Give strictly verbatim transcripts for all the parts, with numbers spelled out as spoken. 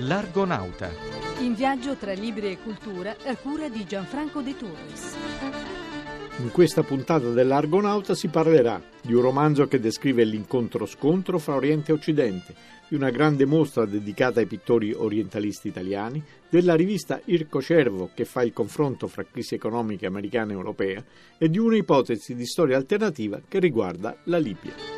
L'Argonauta. In viaggio tra libri e cultura a cura di Gianfranco De Torres. In questa puntata dell'Argonauta si parlerà di un romanzo che descrive l'incontro-scontro fra Oriente e Occidente, di una grande mostra dedicata ai pittori orientalisti italiani, della rivista Irco Cervo che fa il confronto fra crisi economiche americana e europea e di un'ipotesi di storia alternativa che riguarda la Libia.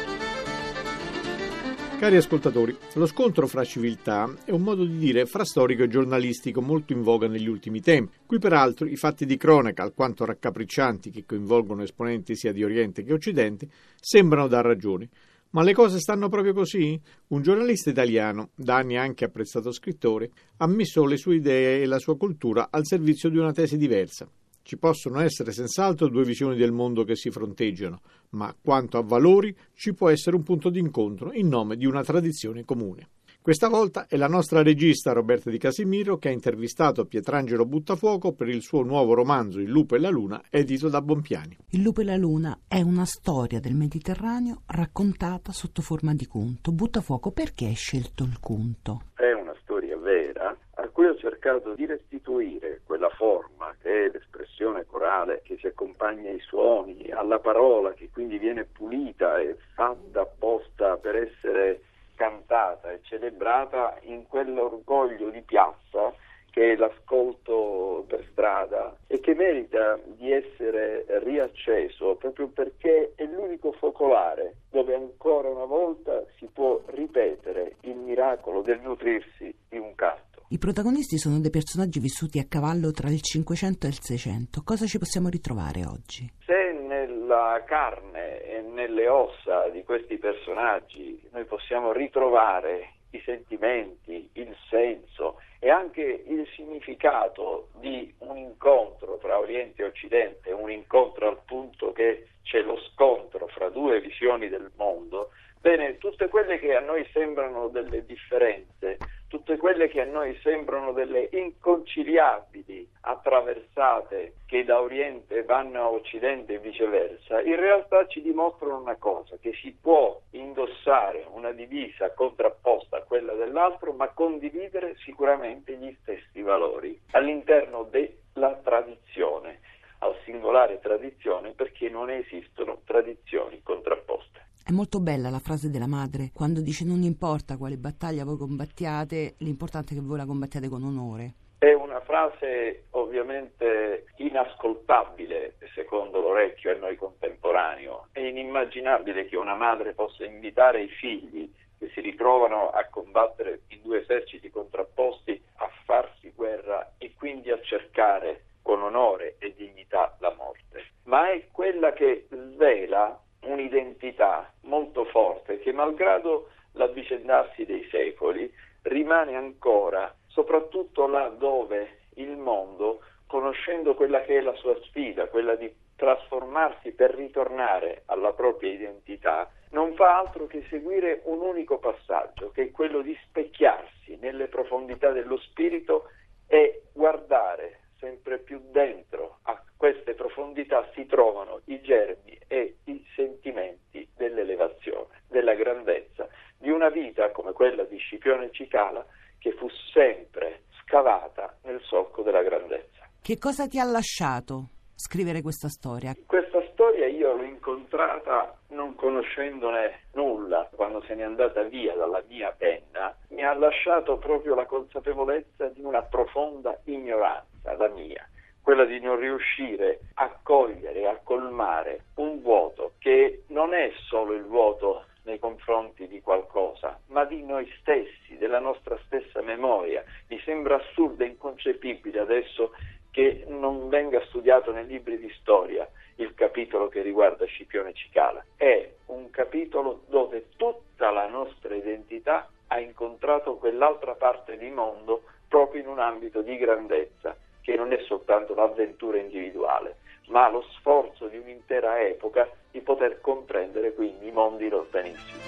Cari ascoltatori, lo scontro fra civiltà è un modo di dire fra storico e giornalistico molto in voga negli ultimi tempi. Qui peraltro i fatti di cronaca, alquanto raccapriccianti, che coinvolgono esponenti sia di Oriente che Occidente, sembrano dar ragione. Ma le cose stanno proprio così? Un giornalista italiano, da anni anche apprezzato scrittore, ha messo le sue idee e la sua cultura al servizio di una tesi diversa. Ci possono essere senz'altro due visioni del mondo che si fronteggiano, ma quanto a valori ci può essere un punto d'incontro in nome di una tradizione comune. Questa volta è la nostra regista Roberta Di Casimiro che ha intervistato Pietrangelo Buttafuoco per il suo nuovo romanzo Il lupo e la luna, edito da Bompiani. Il lupo e la luna è una storia del Mediterraneo raccontata sotto forma di conto. Buttafuoco, perché hai scelto il conto? È una storia vera a cui ho cercato di restituire quella forma che è l'espressione corale che si accompagna ai suoni, alla parola che quindi viene pulita e fatta apposta per essere cantata e celebrata in quell'orgoglio di piazza che è l'ascolto per strada e che merita di essere riacceso proprio perché è l'unico focolare dove ancora una volta si può ripetere il miracolo del nutrirsi di un canto. I protagonisti sono dei personaggi vissuti a cavallo tra il Cinquecento e il Seicento. Cosa ci possiamo ritrovare oggi? Se nella carne e nelle ossa di questi personaggi noi possiamo ritrovare i sentimenti, il senso e anche il significato di un incontro tra Oriente e Occidente, un incontro al punto che c'è lo scontro fra due visioni del mondo, bene, tutte quelle che a noi sembrano delle differenze, tutte quelle che a noi sembrano delle inconciliabili attraversate che da Oriente vanno a Occidente e viceversa, in realtà ci dimostrano una cosa, che si può indossare una divisa contrapposta a quella dell'altro, ma condividere sicuramente gli stessi valori all'interno della tradizione, al singolare tradizione, perché non esistono tradizioni contrapposte. È molto bella la frase della madre quando dice: non importa quale battaglia voi combattiate, l'importante è che voi la combattiate con onore. È una frase ovviamente inascoltabile secondo l'orecchio a noi contemporaneo. È inimmaginabile che una madre possa invitare i figli che si ritrovano a combattere in due eserciti contrapposti a farsi guerra e quindi a cercare con onore e dignità la morte. Ma è quella che svela un'identità molto forte che, malgrado l'avvicendarsi dei secoli, rimane ancora, soprattutto là dove il mondo, conoscendo quella che è la sua sfida, quella di trasformarsi per ritornare alla propria identità, non fa altro che seguire un unico passaggio, che è quello di specchiarsi nelle profondità dello spirito e guardare sempre più dentro a queste profondità si trovano i germi e i sentimenti dell'elevazione, della grandezza, di una vita come quella di Scipione Cicala che fu sempre scavata nel solco della grandezza. Che cosa ti ha lasciato scrivere questa storia? Questa storia io l'ho incontrata non conoscendone nulla. Quando se n'è andata via dalla mia penna mi ha lasciato proprio la consapevolezza di una profonda ignoranza, la mia, quella di non riuscire a cogliere, a colmare un vuoto che non è solo il vuoto nei confronti di qualcosa, ma di noi stessi, della nostra stessa memoria. Mi sembra assurdo e inconcepibile adesso che non venga studiato nei libri di storia il capitolo che riguarda Scipione Cicala. È un capitolo dove tutta la nostra identità ha incontrato quell'altra parte di mondo proprio in un ambito di grandezza che non è soltanto l'avventura individuale, ma lo sforzo di un'intera epoca di poter comprendere quindi i mondi lontanissimi.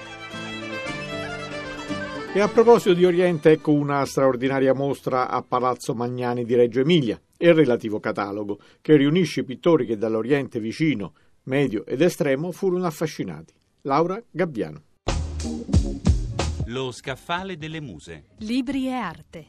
E a proposito di Oriente, ecco una straordinaria mostra a Palazzo Magnani di Reggio Emilia e il relativo catalogo, che riunisce i pittori che dall'Oriente vicino, medio ed estremo furono affascinati. Laura Gabbiano. Lo scaffale delle muse. Libri e arte.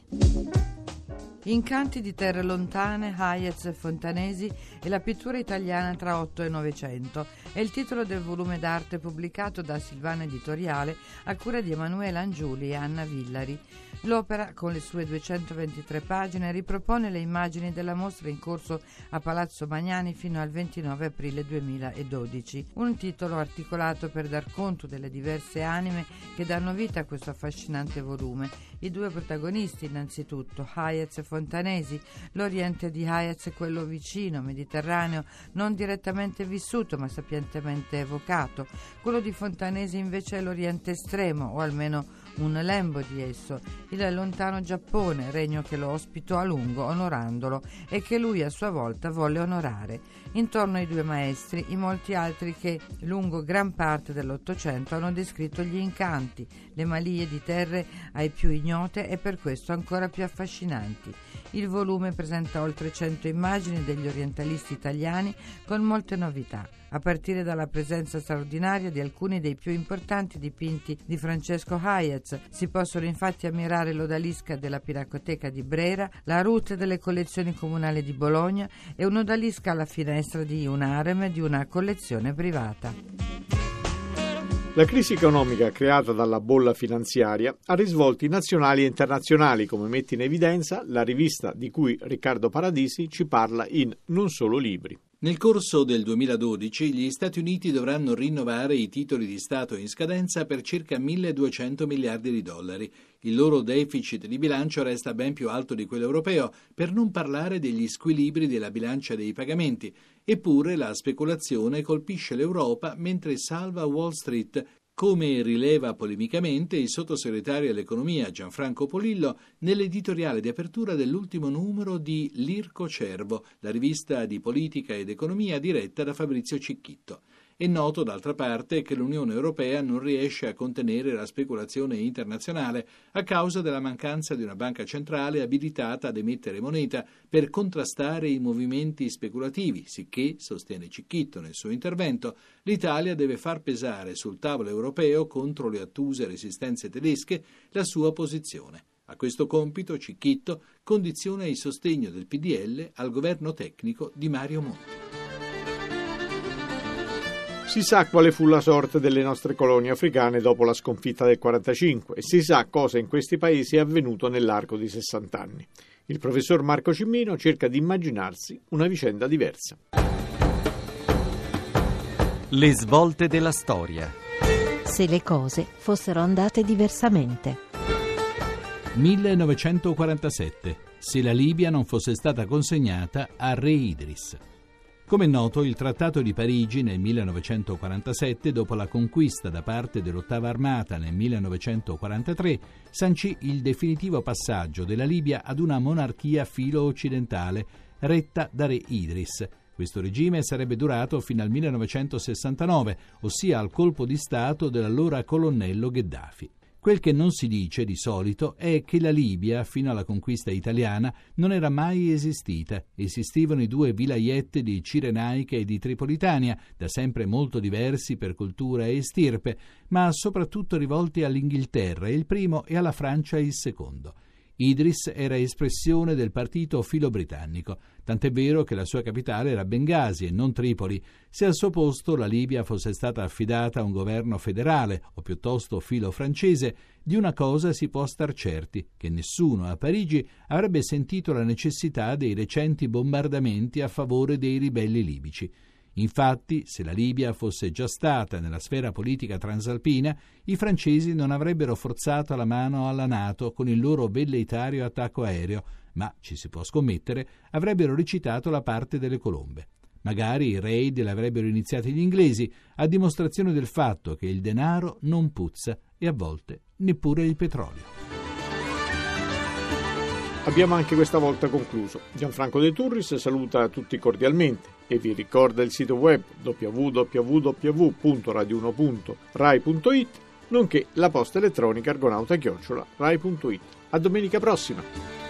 Incanti di terre lontane, Hayez e Fontanesi e la pittura italiana tra otto e novecento è il titolo del volume d'arte pubblicato da Silvana Editoriale a cura di Emanuela Angiuli e Anna Villari. L'opera, con le sue duecentoventitré pagine, ripropone le immagini della mostra in corso a Palazzo Magnani fino al ventinove aprile duemiladodici. Un titolo articolato per dar conto delle diverse anime che danno vita a questo affascinante volume. I due protagonisti, innanzitutto, Hayez e Fontanesi. L'Oriente di Hayez è quello vicino, mediterraneo, non direttamente vissuto ma sapientemente evocato. Quello di Fontanesi invece è l'Oriente estremo, o almeno un lembo di esso, il lontano Giappone, regno che lo ospitò a lungo onorandolo e che lui a sua volta volle onorare. Intorno ai due maestri i molti altri che lungo gran parte dell'Ottocento hanno descritto gli incanti, le malie di terre ai più ignote e per questo ancora più affascinanti. Il volume presenta oltre cento immagini degli orientalisti italiani con molte novità, a partire dalla presenza straordinaria di alcuni dei più importanti dipinti di Francesco Hayez. Si possono infatti ammirare l'odalisca della Pinacoteca di Brera, la Ruth delle collezioni comunali di Bologna e un'odalisca alla finestra di un harem di una collezione privata. La crisi economica creata dalla bolla finanziaria ha risvolti nazionali e internazionali, come mette in evidenza la rivista di cui Riccardo Paradisi ci parla in Non Solo Libri. Nel corso del duemiladodici gli Stati Uniti dovranno rinnovare i titoli di Stato in scadenza per circa milleduecento miliardi di dollari. Il loro deficit di bilancio resta ben più alto di quello europeo, per non parlare degli squilibri della bilancia dei pagamenti. Eppure la speculazione colpisce l'Europa mentre salva Wall Street, come rileva polemicamente il sottosegretario all'economia Gianfranco Polillo nell'editoriale di apertura dell'ultimo numero di L'Irco Cervo, la rivista di politica ed economia diretta da Fabrizio Cicchitto. È noto, d'altra parte, che l'Unione Europea non riesce a contenere la speculazione internazionale a causa della mancanza di una banca centrale abilitata ad emettere moneta per contrastare i movimenti speculativi, sicché, sostiene Cicchitto nel suo intervento, l'Italia deve far pesare sul tavolo europeo contro le ottuse resistenze tedesche la sua posizione. A questo compito Cicchitto condiziona il sostegno del P D L al governo tecnico di Mario Monti. Si sa quale fu la sorte delle nostre colonie africane dopo la sconfitta del quarantacinque e si sa cosa in questi paesi è avvenuto nell'arco di sessanta anni. Il professor Marco Cimmino cerca di immaginarsi una vicenda diversa. Le svolte della storia. Se le cose fossero andate diversamente. millenovecentoquarantasette. Se la Libia non fosse stata consegnata a Re Idris. Come è noto, il Trattato di Parigi nel millenovecentoquarantasette, dopo la conquista da parte dell'Ottava Armata nel millenovecentoquarantatré, sancì il definitivo passaggio della Libia ad una monarchia filo-occidentale retta da Re Idris. Questo regime sarebbe durato fino al millenovecentosessantanove, ossia al colpo di Stato dell'allora colonnello Gheddafi. Quel che non si dice di solito è che la Libia, fino alla conquista italiana, non era mai esistita. Esistevano i due vilayet di Cirenaica e di Tripolitania, da sempre molto diversi per cultura e stirpe, ma soprattutto rivolti all'Inghilterra il primo e alla Francia il secondo. Idris era espressione del partito filo-britannico, tant'è vero che la sua capitale era Bengasi e non Tripoli. Se al suo posto la Libia fosse stata affidata a un governo federale, o piuttosto filo-francese, di una cosa si può star certi, che nessuno a Parigi avrebbe sentito la necessità dei recenti bombardamenti a favore dei ribelli libici. Infatti, se la Libia fosse già stata nella sfera politica transalpina, i francesi non avrebbero forzato la mano alla NATO con il loro velleitario attacco aereo, ma, ci si può scommettere, avrebbero recitato la parte delle colombe. Magari i raid l'avrebbero iniziati gli inglesi, a dimostrazione del fatto che il denaro non puzza e a volte neppure il petrolio. Abbiamo anche questa volta concluso. Gianfranco De Turris saluta tutti cordialmente e vi ricorda il sito web w w w punto radio uno punto rai punto it nonché la posta elettronica argonauta chiocciola rai punto it. A domenica prossima!